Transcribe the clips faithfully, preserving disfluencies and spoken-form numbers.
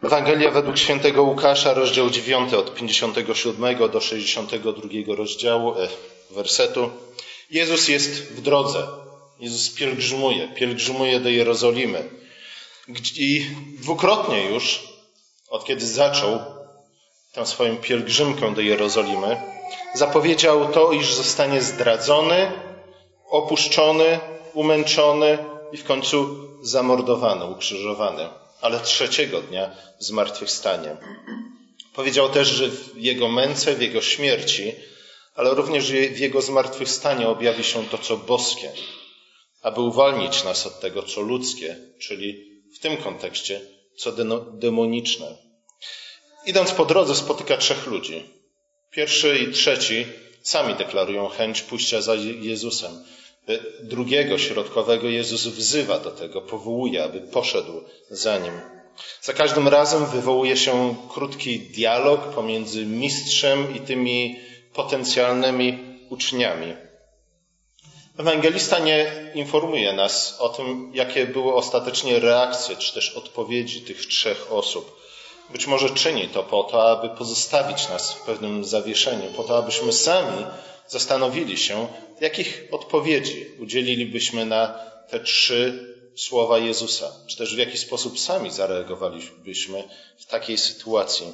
Ewangelia według świętego Łukasza, rozdział dziewiąty, od pięćdziesiątego siódmego do sześćdziesiątego drugiego rozdziału, e, wersetu. Jezus jest w drodze. Jezus pielgrzymuje, pielgrzymuje do Jerozolimy. I dwukrotnie już, od kiedy zaczął tę swoją pielgrzymkę do Jerozolimy, zapowiedział to, iż zostanie zdradzony, opuszczony, umęczony i w końcu zamordowany, ukrzyżowany, ale trzeciego dnia zmartwychwstanie. Powiedział też, że w Jego męce, w Jego śmierci, ale również w Jego zmartwychwstaniu objawi się to, co boskie, aby uwolnić nas od tego, co ludzkie, czyli w tym kontekście, co demoniczne. Idąc po drodze, spotyka trzech ludzi. Pierwszy i trzeci sami deklarują chęć pójścia za Jezusem. Drugiego, środkowego, Jezus wzywa do tego, powołuje, aby poszedł za Nim. Za każdym razem wywołuje się krótki dialog pomiędzy mistrzem i tymi potencjalnymi uczniami. Ewangelista nie informuje nas o tym, jakie były ostatecznie reakcje, czy też odpowiedzi tych trzech osób. Być może czyni to po to, aby pozostawić nas w pewnym zawieszeniu, po to, abyśmy sami zastanowili się, jakich odpowiedzi udzielilibyśmy na te trzy słowa Jezusa, czy też w jaki sposób sami zareagowalibyśmy w takiej sytuacji.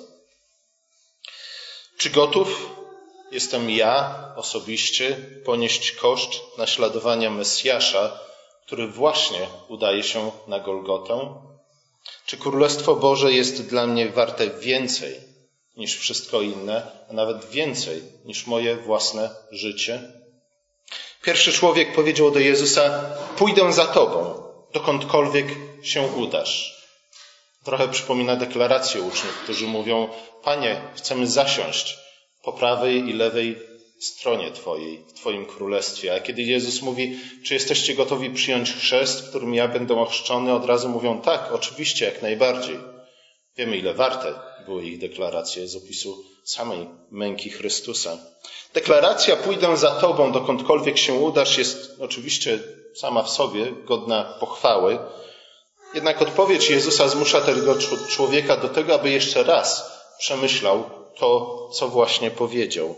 Czy gotów jestem ja osobiście ponieść koszt naśladowania Mesjasza, który właśnie udaje się na Golgotę? Czy Królestwo Boże jest dla mnie warte więcej niż wszystko inne, a nawet więcej niż moje własne życie? Pierwszy człowiek powiedział do Jezusa: pójdę za Tobą, dokądkolwiek się udasz. Trochę przypomina deklarację uczniów, którzy mówią: Panie, chcemy zasiąść po prawej i lewej stronie Twojej, w Twoim królestwie. A kiedy Jezus mówi: czy jesteście gotowi przyjąć chrzest, w którym ja będę ochrzczony, od razu mówią: tak, oczywiście, jak najbardziej. Wiemy, ile warte były ich deklaracje z opisu samej męki Chrystusa. Deklaracja pójdę za Tobą, dokądkolwiek się udasz, jest oczywiście sama w sobie godna pochwały. Jednak odpowiedź Jezusa zmusza tego człowieka do tego, aby jeszcze raz przemyślał to, co właśnie powiedział.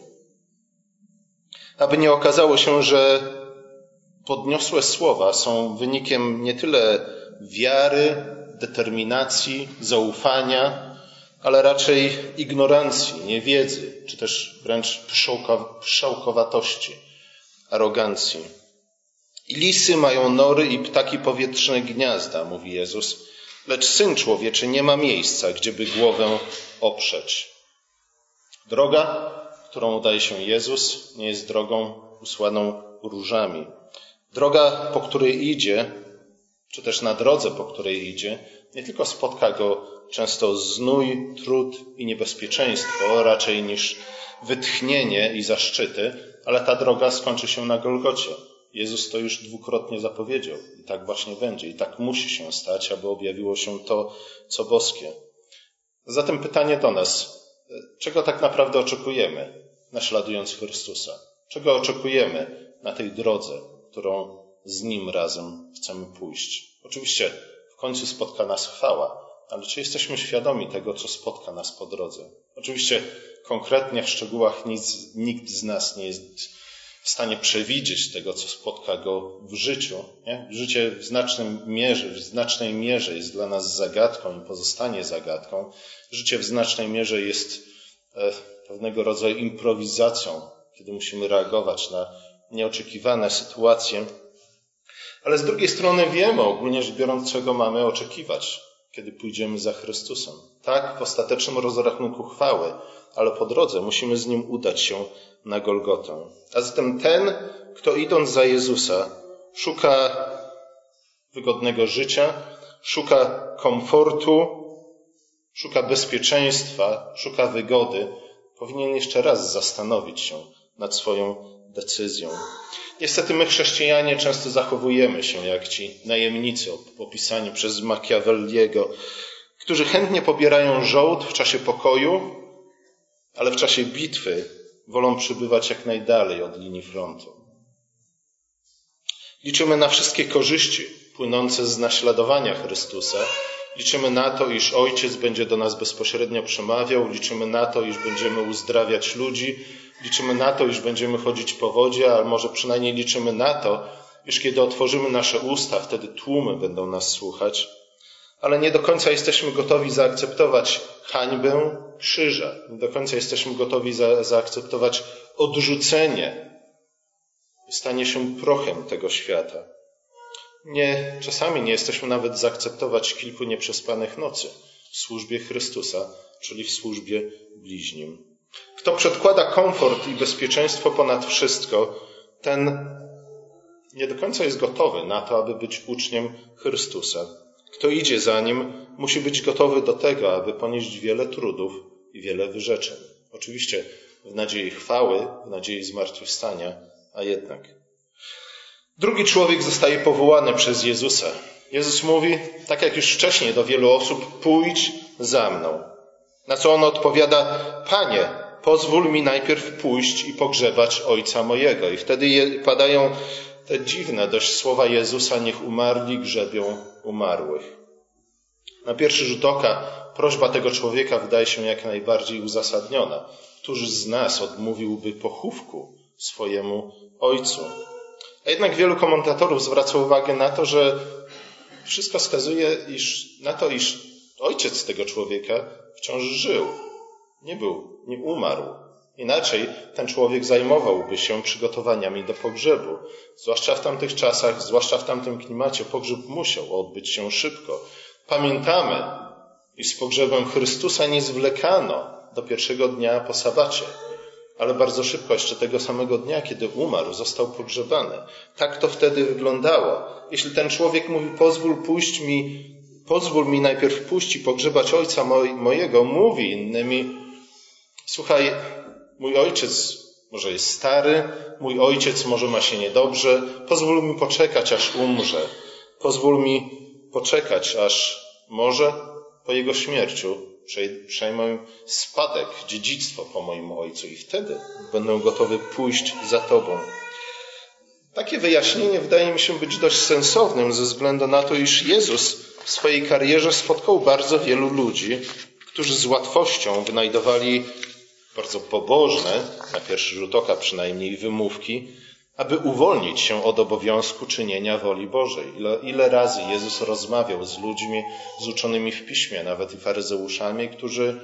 Aby nie okazało się, że podniosłe słowa są wynikiem nie tyle wiary, determinacji, zaufania, ale raczej ignorancji, niewiedzy, czy też wręcz pszczółkowatości, arogancji. I lisy mają nory i ptaki powietrzne gniazda, mówi Jezus, lecz Syn Człowieczy nie ma miejsca, gdzieby głowę oprzeć. Droga, którą udaje się Jezus, nie jest drogą usłaną różami. Droga, po której idzie, czy też na drodze, po której idzie, nie tylko spotka go często znój, trud i niebezpieczeństwo, raczej niż wytchnienie i zaszczyty, ale ta droga skończy się na Golgocie. Jezus to już dwukrotnie zapowiedział i tak właśnie będzie, i tak musi się stać, aby objawiło się to, co boskie. Zatem pytanie do nas: czego tak naprawdę oczekujemy, naśladując Chrystusa? Czego oczekujemy na tej drodze, którą z Nim razem chcemy pójść? Oczywiście w końcu spotka nas chwała, ale czy jesteśmy świadomi tego, co spotka nas po drodze? Oczywiście konkretnie w szczegółach nic, nikt z nas nie jest w stanie przewidzieć tego, co spotka go w życiu. Nie? Życie w znacznym mierze, w znacznej mierze jest dla nas zagadką i pozostanie zagadką. Życie w znacznej mierze jest e, pewnego rodzaju improwizacją, kiedy musimy reagować na nieoczekiwane sytuacje. Ale z drugiej strony wiemy, ogólnie rzecz biorąc, czego mamy oczekiwać, kiedy pójdziemy za Chrystusem. Tak, w ostatecznym rozrachunku chwały, ale po drodze musimy z Nim udać się na Golgotę. A zatem ten, kto idąc za Jezusa, szuka wygodnego życia, szuka komfortu, szuka bezpieczeństwa, szuka wygody, powinien jeszcze raz zastanowić się nad swoją decyzją. Niestety my, chrześcijanie, często zachowujemy się jak ci najemnicy opisani przez Machiavelliego, którzy chętnie pobierają żołd w czasie pokoju, ale w czasie bitwy wolą przybywać jak najdalej od linii frontu. Liczymy na wszystkie korzyści płynące z naśladowania Chrystusa Liczymy na to, iż Ojciec będzie do nas bezpośrednio przemawiał. Liczymy na to, iż będziemy uzdrawiać ludzi. Liczymy na to, iż będziemy chodzić po wodzie, ale może przynajmniej liczymy na to, iż kiedy otworzymy nasze usta, wtedy tłumy będą nas słuchać. Ale nie do końca jesteśmy gotowi zaakceptować hańbę krzyża. Nie do końca jesteśmy gotowi za, zaakceptować odrzucenie i stanie się prochem tego świata. Nie, czasami nie jesteśmy nawet zaakceptować kilku nieprzespanych nocy w służbie Chrystusa, czyli w służbie bliźnim. Kto przedkłada komfort i bezpieczeństwo ponad wszystko, ten nie do końca jest gotowy na to, aby być uczniem Chrystusa. Kto idzie za Nim, musi być gotowy do tego, aby ponieść wiele trudów i wiele wyrzeczeń. Oczywiście w nadziei chwały, w nadziei zmartwychwstania, a jednak. Drugi człowiek zostaje powołany przez Jezusa. Jezus mówi, tak jak już wcześniej do wielu osób, pójdź za mną. Na co on odpowiada, Panie, pozwól mi najpierw pójść i pogrzebać Ojca mojego. I wtedy padają te dziwne dość słowa Jezusa, niech umarli grzebią umarłych. Na pierwszy rzut oka prośba tego człowieka wydaje się jak najbardziej uzasadniona. Któż z nas odmówiłby pochówku swojemu Ojcu? A jednak wielu komentatorów zwraca uwagę na to, że wszystko wskazuje iż, na to, iż ojciec tego człowieka wciąż żył. Nie był, nie umarł. Inaczej ten człowiek zajmowałby się przygotowaniami do pogrzebu. Zwłaszcza w tamtych czasach, zwłaszcza w tamtym klimacie, pogrzeb musiał odbyć się szybko. Pamiętamy, iż z pogrzebem Chrystusa nie zwlekano do pierwszego dnia po sabacie, ale bardzo szybko, jeszcze tego samego dnia, kiedy umarł, został pogrzebany. Tak to wtedy wyglądało. Jeśli ten człowiek mówi, pozwól pójść mi, pozwól mi najpierw pójść i pogrzebać ojca mojego, mówi innymi, słuchaj, mój ojciec może jest stary, mój ojciec może ma się niedobrze, pozwól mi poczekać, aż umrze. Pozwól mi poczekać, aż może po jego śmierciu przejmę spadek, dziedzictwo po moim ojcu i wtedy będę gotowy pójść za Tobą. Takie wyjaśnienie wydaje mi się być dość sensownym ze względu na to, iż Jezus w swojej karierze spotkał bardzo wielu ludzi, którzy z łatwością wynajdowali bardzo pobożne, na pierwszy rzut oka przynajmniej, wymówki, aby uwolnić się od obowiązku czynienia woli Bożej. Ile, ile razy Jezus rozmawiał z ludźmi, z uczonymi w Piśmie, nawet i faryzeuszami, którzy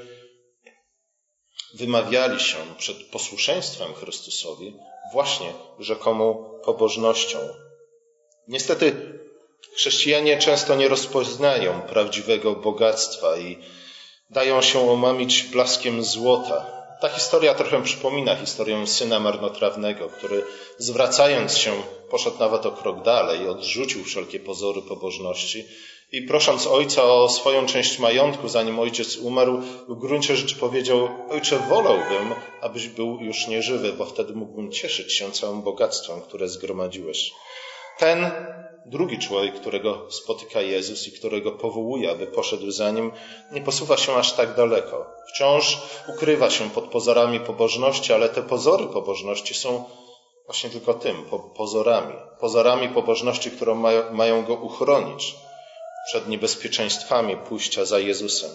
wymawiali się przed posłuszeństwem Chrystusowi właśnie rzekomą pobożnością. Niestety chrześcijanie często nie rozpoznają prawdziwego bogactwa i dają się omamić blaskiem złota. Ta historia trochę przypomina historię syna marnotrawnego, który zwracając się poszedł nawet o krok dalej, odrzucił wszelkie pozory pobożności i prosząc ojca o swoją część majątku, zanim ojciec umarł, w gruncie rzeczy powiedział, ojcze, wolałbym, abyś był już nieżywy, bo wtedy mógłbym cieszyć się całym bogactwem, które zgromadziłeś. Ten drugi człowiek, którego spotyka Jezus i którego powołuje, aby poszedł za nim, nie posuwa się aż tak daleko. Wciąż ukrywa się pod pozorami pobożności, ale te pozory pobożności są właśnie tylko tym, po, pozorami. Pozorami pobożności, które mają, mają go uchronić przed niebezpieczeństwami pójścia za Jezusem.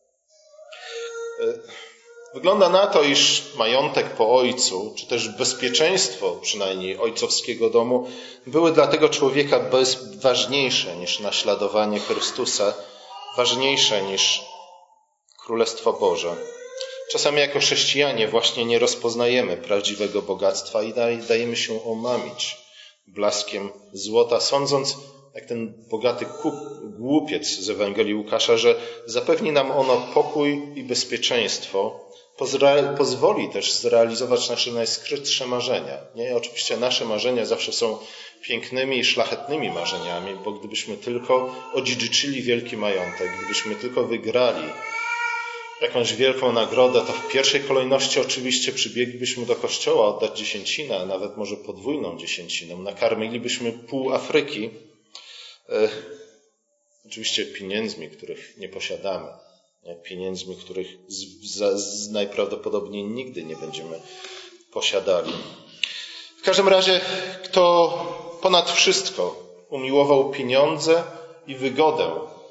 Wygląda na to, iż majątek po ojcu, czy też bezpieczeństwo przynajmniej ojcowskiego domu, były dla tego człowieka bez, ważniejsze niż naśladowanie Chrystusa, ważniejsze niż Królestwo Boże. Czasami jako chrześcijanie właśnie nie rozpoznajemy prawdziwego bogactwa i dajemy się omamić blaskiem złota, sądząc, jak ten bogaty kup, głupiec z Ewangelii Łukasza, że zapewni nam ono pokój i bezpieczeństwo, pozwoli też zrealizować nasze najskrytsze marzenia. Nie? Oczywiście nasze marzenia zawsze są pięknymi i szlachetnymi marzeniami, bo gdybyśmy tylko odziedziczyli wielki majątek, gdybyśmy tylko wygrali jakąś wielką nagrodę, to w pierwszej kolejności oczywiście przybieglibyśmy do kościoła oddać dziesięcinę, a nawet może podwójną dziesięcinę. Nakarmilibyśmy pół Afryki, e, oczywiście pieniędzmi, których nie posiadamy. Pieniędzmi, których z, z, z najprawdopodobniej nigdy nie będziemy posiadali. W każdym razie, kto ponad wszystko umiłował pieniądze i wygodę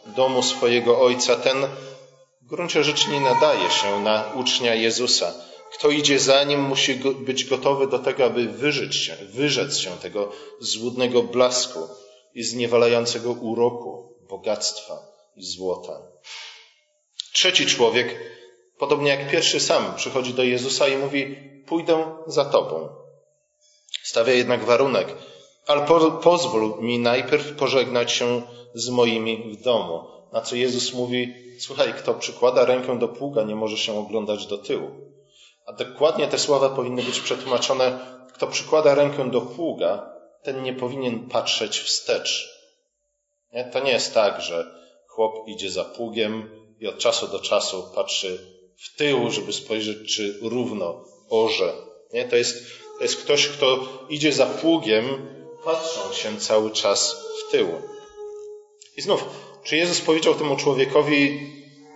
domu swojego ojca, ten w gruncie rzeczy nie nadaje się na ucznia Jezusa. Kto idzie za nim, musi być gotowy do tego, aby wyżyć się, wyrzec się tego złudnego blasku i zniewalającego uroku, bogactwa i złota. Trzeci człowiek, podobnie jak pierwszy sam, przychodzi do Jezusa i mówi: pójdę za Tobą. Stawia jednak warunek: ale po, pozwól mi najpierw pożegnać się z moimi w domu. Na co Jezus mówi: słuchaj, kto przykłada rękę do pługa, nie może się oglądać do tyłu. A dokładnie te słowa powinny być przetłumaczone: kto przykłada rękę do pługa, ten nie powinien patrzeć wstecz. Nie? To nie jest tak, że chłop idzie za pługiem i od czasu do czasu patrzy w tył, żeby spojrzeć, czy równo orze. Nie? To jest, to jest ktoś, kto idzie za pługiem, patrząc się cały czas w tył. I znów, czy Jezus powiedział temu człowiekowi: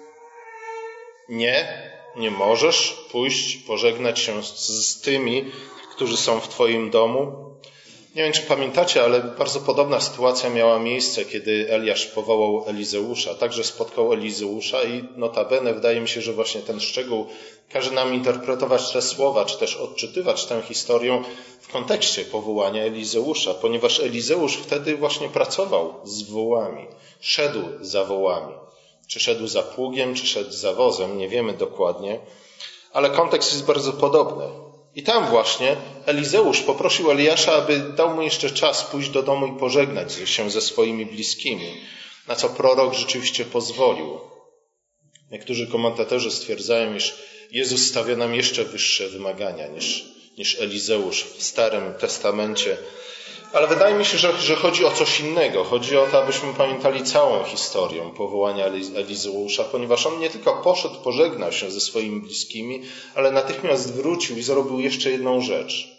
nie, nie możesz pójść, pożegnać się z, z tymi, którzy są w Twoim domu? Nie wiem, czy pamiętacie, ale bardzo podobna sytuacja miała miejsce, kiedy Eliasz powołał Elizeusza. Także spotkał Elizeusza i notabene wydaje mi się, że właśnie ten szczegół każe nam interpretować te słowa, czy też odczytywać tę historię w kontekście powołania Elizeusza, ponieważ Elizeusz wtedy właśnie pracował z wołami, szedł za wołami. Czy szedł za pługiem, czy szedł za wozem, nie wiemy dokładnie, ale kontekst jest bardzo podobny. I tam właśnie Elizeusz poprosił Eliasza, aby dał mu jeszcze czas pójść do domu i pożegnać się ze swoimi bliskimi, na co prorok rzeczywiście pozwolił. Niektórzy komentatorzy stwierdzają, iż Jezus stawia nam jeszcze wyższe wymagania niż, niż Elizeusz w Starym Testamencie. Ale wydaje mi się, że, że chodzi o coś innego. Chodzi o to, abyśmy pamiętali całą historię powołania Elizeusza, ponieważ on nie tylko poszedł, pożegnał się ze swoimi bliskimi, ale natychmiast wrócił i zrobił jeszcze jedną rzecz.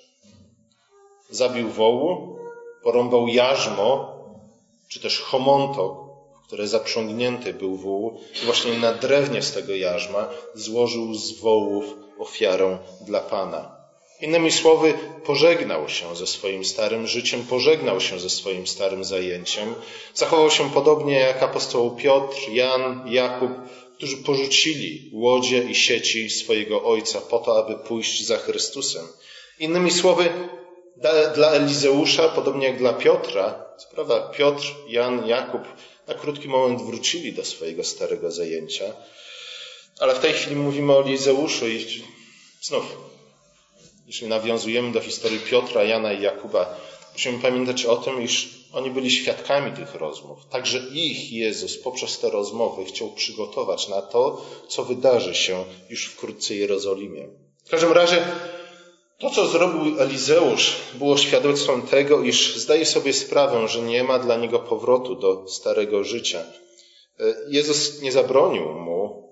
Zabił wołu, porąbał jarzmo, czy też chomontok, w które zaprzągnięty był wół, i właśnie na drewnie z tego jarzma złożył z wołów ofiarę dla Pana. Innymi słowy, pożegnał się ze swoim starym życiem, pożegnał się ze swoim starym zajęciem. Zachował się podobnie jak apostoł Piotr, Jan, Jakub, którzy porzucili łodzie i sieci swojego ojca po to, aby pójść za Chrystusem. Innymi słowy, dla Elizeusza, podobnie jak dla Piotra, co prawda Piotr, Jan, Jakub na krótki moment wrócili do swojego starego zajęcia, ale w tej chwili mówimy o Elizeuszu i znów, jeśli nawiązujemy do historii Piotra, Jana i Jakuba, musimy pamiętać o tym, iż oni byli świadkami tych rozmów. Także ich Jezus poprzez te rozmowy chciał przygotować na to, co wydarzy się już wkrótce w Jerozolimie. W każdym razie to, co zrobił Elizeusz, było świadectwem tego, iż zdaje sobie sprawę, że nie ma dla niego powrotu do starego życia. Jezus nie zabronił mu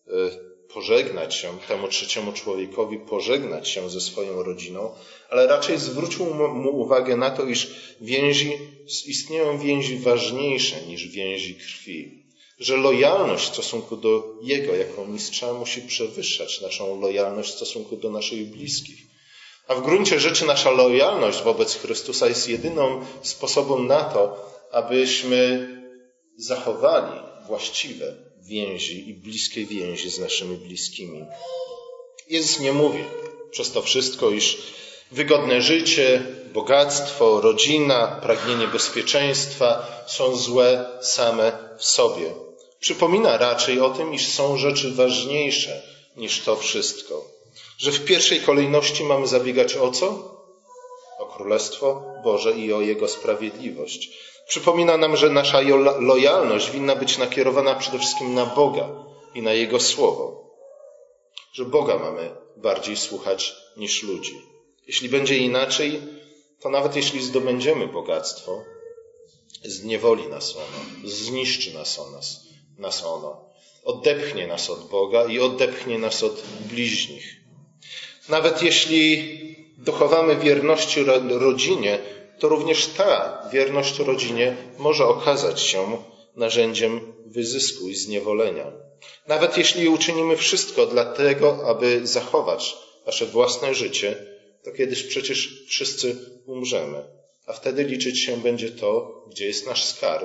pożegnać się, temu trzeciemu człowiekowi pożegnać się ze swoją rodziną, ale raczej zwrócił mu uwagę na to, iż więzi, istnieją więzi ważniejsze niż więzi krwi. Że lojalność w stosunku do Jego jako mistrza musi przewyższać naszą lojalność w stosunku do naszych bliskich. A w gruncie rzeczy nasza lojalność wobec Chrystusa jest jedyną sposobem na to, abyśmy zachowali właściwe więzi i bliskie więzi z naszymi bliskimi. Jezus nie mówi przez to wszystko, iż wygodne życie, bogactwo, rodzina, pragnienie bezpieczeństwa są złe same w sobie. Przypomina raczej o tym, iż są rzeczy ważniejsze niż to wszystko. Że w pierwszej kolejności mamy zabiegać o co? O Królestwo Boże i o Jego sprawiedliwość. Przypomina nam, że nasza lojalność winna być nakierowana przede wszystkim na Boga i na Jego Słowo. Że Boga mamy bardziej słuchać niż ludzi. Jeśli będzie inaczej, to nawet jeśli zdobędziemy bogactwo, zniewoli nas ono, zniszczy nas, o nas, nas ono, odepchnie nas od Boga i odepchnie nas od bliźnich. Nawet jeśli dochowamy wierności rodzinie, to również ta wierność rodzinie może okazać się narzędziem wyzysku i zniewolenia. Nawet jeśli uczynimy wszystko dla tego, aby zachować nasze własne życie, to kiedyś przecież wszyscy umrzemy, a wtedy liczyć się będzie to, gdzie jest nasz skarb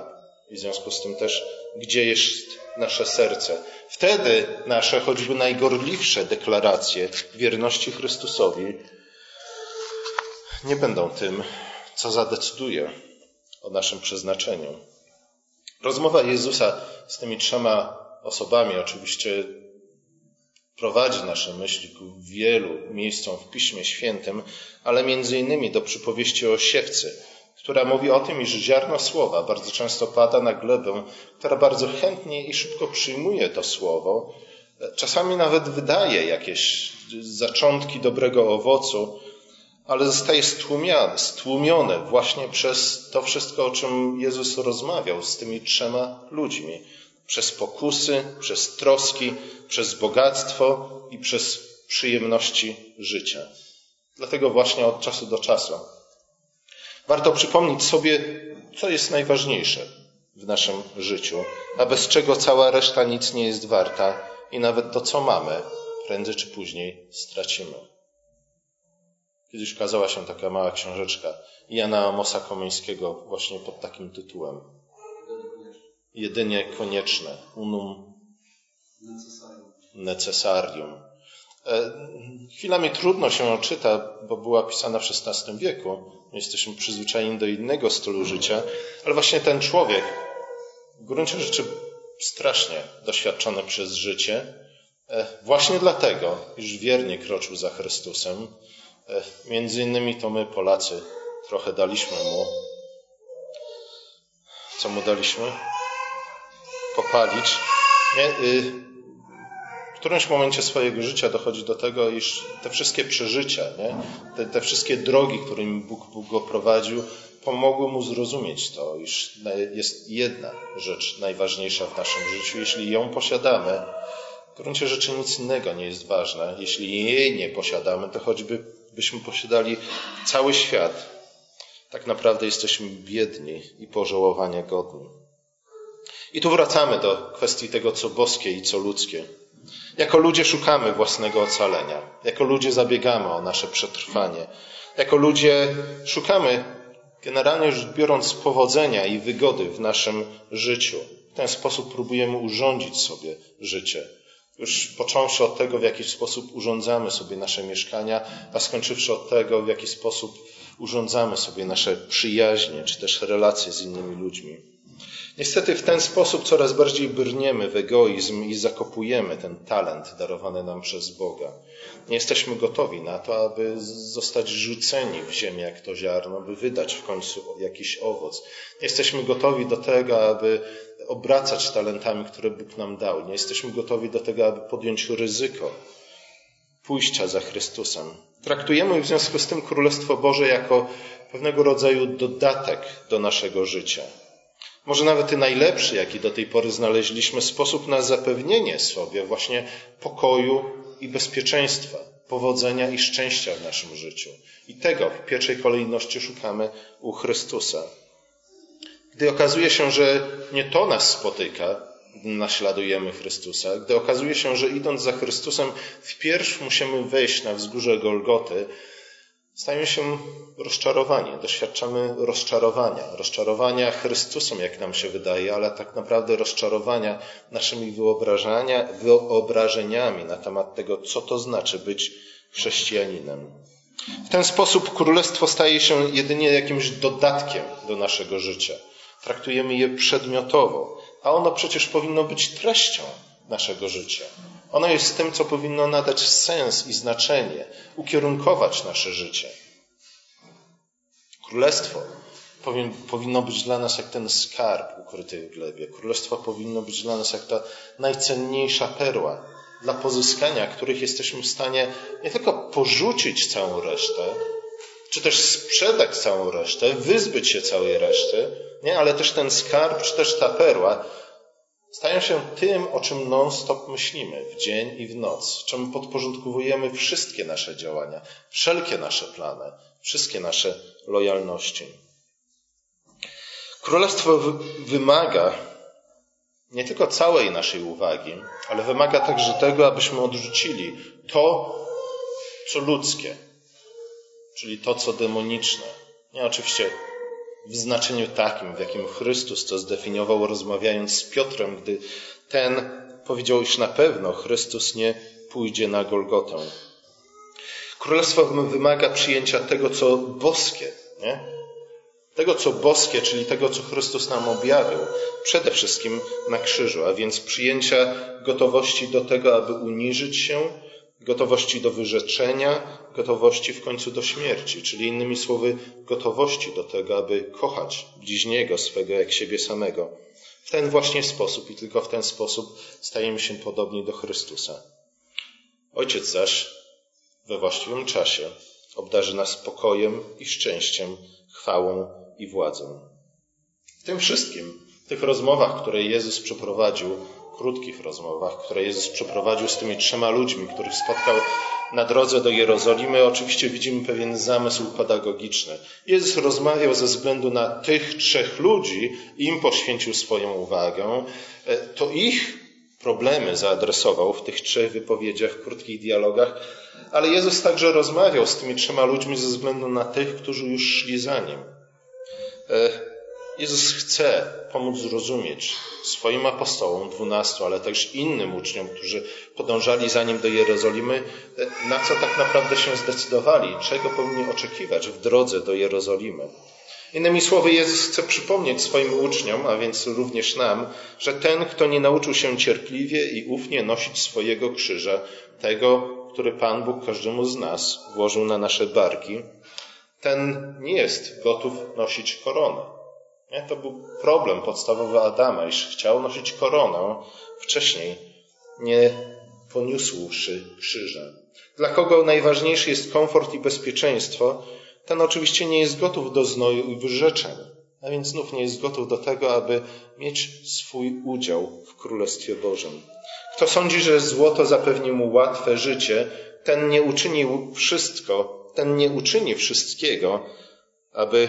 I w związku z tym też, gdzie jest nasze serce. Wtedy nasze, choćby najgorliwsze deklaracje wierności Chrystusowi nie będą tym, co zadecyduje o naszym przeznaczeniu. Rozmowa Jezusa z tymi trzema osobami oczywiście prowadzi nasze myśli ku wielu miejscom w Piśmie Świętym, ale między innymi do przypowieści o siewcy, która mówi o tym, iż ziarno słowa bardzo często pada na glebę, która bardzo chętnie i szybko przyjmuje to słowo, czasami nawet wydaje jakieś zaczątki dobrego owocu, ale zostaje stłumione, stłumione właśnie przez to wszystko, o czym Jezus rozmawiał z tymi trzema ludźmi. Przez pokusy, przez troski, przez bogactwo i przez przyjemności życia. Dlatego właśnie od czasu do czasu warto przypomnieć sobie, co jest najważniejsze w naszym życiu, a bez czego cała reszta nic nie jest warta i nawet to, co mamy, prędzej czy później stracimy. Kiedyś ukazała się taka mała książeczka Jana Amosa Komeńskiego właśnie pod takim tytułem. Jedynie konieczne. Unum necessarium. Chwilami trudno się czyta, bo była pisana w szesnastym wieku. Jesteśmy przyzwyczajeni do innego stylu życia, ale właśnie ten człowiek, w gruncie rzeczy strasznie doświadczony przez życie, właśnie dlatego, iż wiernie kroczył za Chrystusem, między innymi to my, Polacy, trochę daliśmy mu. Co mu daliśmy? Popalić. W którymś momencie swojego życia dochodzi do tego, iż te wszystkie przeżycia, nie? Te, te wszystkie drogi, którymi Bóg, Bóg go prowadził, pomogły mu zrozumieć to, iż jest jedna rzecz najważniejsza w naszym życiu. Jeśli ją posiadamy, w gruncie rzeczy nic innego nie jest ważne. Jeśli jej nie posiadamy, to choćby byśmy posiadali cały świat, tak naprawdę jesteśmy biedni i pożałowania godni. I tu wracamy do kwestii tego, co boskie i co ludzkie. Jako ludzie szukamy własnego ocalenia. Jako ludzie zabiegamy o nasze przetrwanie. Jako ludzie szukamy, generalnie rzecz biorąc, powodzenia i wygody w naszym życiu. W ten sposób próbujemy urządzić sobie życie. Już począwszy od tego, w jaki sposób urządzamy sobie nasze mieszkania, a skończywszy od tego, w jaki sposób urządzamy sobie nasze przyjaźnie, czy też relacje z innymi ludźmi. Niestety w ten sposób coraz bardziej brniemy w egoizm i zakopujemy ten talent darowany nam przez Boga. Nie jesteśmy gotowi na to, aby zostać rzuceni w ziemię jak to ziarno, by wydać w końcu jakiś owoc. Nie jesteśmy gotowi do tego, aby obracać talentami, które Bóg nam dał. Nie jesteśmy gotowi do tego, aby podjąć ryzyko pójścia za Chrystusem. Traktujemy w związku z tym Królestwo Boże jako pewnego rodzaju dodatek do naszego życia. Może nawet i najlepszy, jaki do tej pory znaleźliśmy, sposób na zapewnienie sobie właśnie pokoju i bezpieczeństwa, powodzenia i szczęścia w naszym życiu. I tego w pierwszej kolejności szukamy u Chrystusa. Gdy okazuje się, że nie to nas spotyka, gdy naśladujemy Chrystusa, gdy okazuje się, że idąc za Chrystusem wpierw musimy wejść na wzgórze Golgoty, stajemy się rozczarowani, doświadczamy rozczarowania. Rozczarowania Chrystusem, jak nam się wydaje, ale tak naprawdę rozczarowania naszymi wyobrażeniami na temat tego, co to znaczy być chrześcijaninem. W ten sposób Królestwo staje się jedynie jakimś dodatkiem do naszego życia. Traktujemy je przedmiotowo, a ono przecież powinno być treścią naszego życia. Ono jest tym, co powinno nadać sens i znaczenie, ukierunkować nasze życie. Królestwo powinno być dla nas jak ten skarb ukryty w glebie. Królestwo powinno być dla nas jak ta najcenniejsza perła, dla pozyskania których jesteśmy w stanie nie tylko porzucić całą resztę, czy też sprzedać całą resztę, wyzbyć się całej reszty, nie, ale też ten skarb, czy też ta perła stają się tym, o czym non-stop myślimy w dzień i w noc, czemu podporządkowujemy wszystkie nasze działania, wszelkie nasze plany, wszystkie nasze lojalności. Królestwo wymaga nie tylko całej naszej uwagi, ale wymaga także tego, abyśmy odrzucili to, co ludzkie, czyli to, co demoniczne. Nie, oczywiście w znaczeniu takim, w jakim Chrystus to zdefiniował, rozmawiając z Piotrem, gdy ten powiedział, iż na pewno Chrystus nie pójdzie na Golgotę. Królestwo wymaga przyjęcia tego, co boskie, nie? Tego, co boskie, czyli tego, co Chrystus nam objawił, przede wszystkim na krzyżu, a więc przyjęcia gotowości do tego, aby uniżyć się, gotowości do wyrzeczenia, gotowości w końcu do śmierci, czyli innymi słowy gotowości do tego, aby kochać bliźniego swego jak siebie samego. W ten właśnie sposób i tylko w ten sposób stajemy się podobni do Chrystusa. Ojciec zaś we właściwym czasie obdarzy nas spokojem i szczęściem, chwałą i władzą. W tym wszystkim, w tych rozmowach, które Jezus przeprowadził, krótkich rozmowach, które Jezus przeprowadził z tymi trzema ludźmi, których spotkał na drodze do Jerozolimy, oczywiście widzimy pewien zamysł pedagogiczny. Jezus rozmawiał ze względu na tych trzech ludzi, im poświęcił swoją uwagę, to ich problemy zaadresował w tych trzech wypowiedziach, w krótkich dialogach, ale Jezus także rozmawiał z tymi trzema ludźmi ze względu na tych, którzy już szli za Nim. Jezus chce pomóc zrozumieć swoim apostołom, dwunastu, ale też innym uczniom, którzy podążali za Nim do Jerozolimy, na co tak naprawdę się zdecydowali, czego powinni oczekiwać w drodze do Jerozolimy. Innymi słowy, Jezus chce przypomnieć swoim uczniom, a więc również nam, że ten, kto nie nauczył się cierpliwie i ufnie nosić swojego krzyża, tego, który Pan Bóg każdemu z nas włożył na nasze barki, ten nie jest gotów nosić koronę. Nie? To był problem podstawowy Adama, iż chciał nosić koronę wcześniej, nie poniósłszy krzyża. Dla kogo najważniejszy jest komfort i bezpieczeństwo, ten oczywiście nie jest gotów do znoju i wyrzeczeń, a więc znów nie jest gotów do tego, aby mieć swój udział w Królestwie Bożym. Kto sądzi, że złoto zapewni mu łatwe życie, ten nie uczyni wszystko, ten nie uczyni wszystkiego, aby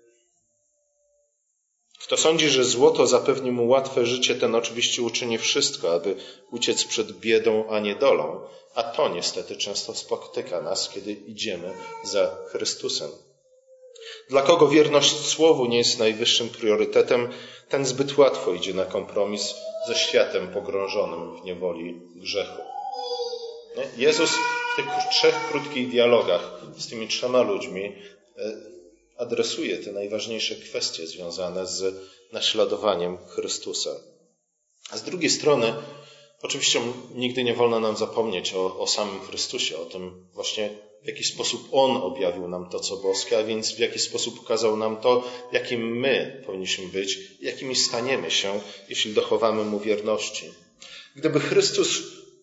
Kto sądzi, że złoto zapewni mu łatwe życie, ten oczywiście uczyni wszystko, aby uciec przed biedą, a niedolą. A to niestety często spotyka nas, kiedy idziemy za Chrystusem. Dla kogo wierność słowu nie jest najwyższym priorytetem, ten zbyt łatwo idzie na kompromis ze światem pogrążonym w niewoli grzechu. Jezus w tych trzech krótkich dialogach z tymi trzema ludźmi adresuje te najważniejsze kwestie związane z naśladowaniem Chrystusa. A z drugiej strony, oczywiście nigdy nie wolno nam zapomnieć o, o samym Chrystusie, o tym właśnie, w jaki sposób On objawił nam to, co boskie, a więc w jaki sposób pokazał nam to, jakim my powinniśmy być, jakimi staniemy się, jeśli dochowamy Mu wierności. Gdyby Chrystus,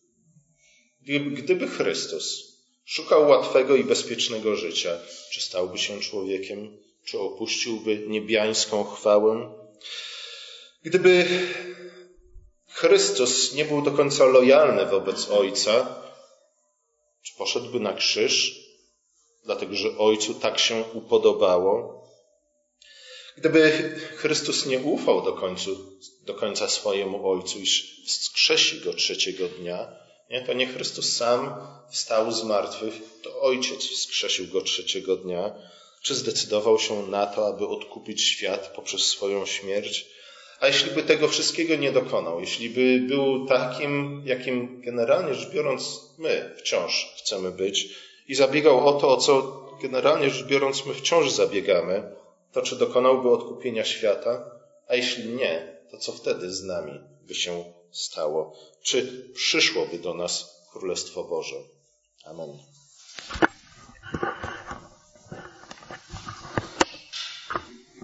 gdyby Chrystus szukał łatwego i bezpiecznego życia, czy stałby się człowiekiem, czy opuściłby niebiańską chwałę? Gdyby Chrystus nie był do końca lojalny wobec Ojca, czy poszedłby na krzyż, dlatego że Ojcu tak się upodobało? Gdyby Chrystus nie ufał do, końcu, do końca swojemu Ojcu, iż wskrzesi Go trzeciego dnia, nie, to nie Chrystus sam wstał z martwych, to Ojciec wskrzesił Go trzeciego dnia. Czy zdecydował się na to, aby odkupić świat poprzez swoją śmierć? A jeśli by tego wszystkiego nie dokonał, jeśli by był takim, jakim generalnie rzecz biorąc my wciąż chcemy być i zabiegał o to, o co generalnie rzecz biorąc my wciąż zabiegamy, to czy dokonałby odkupienia świata? A jeśli nie, to co wtedy z nami by się stało? Czy przyszłoby do nas Królestwo Boże? Amen.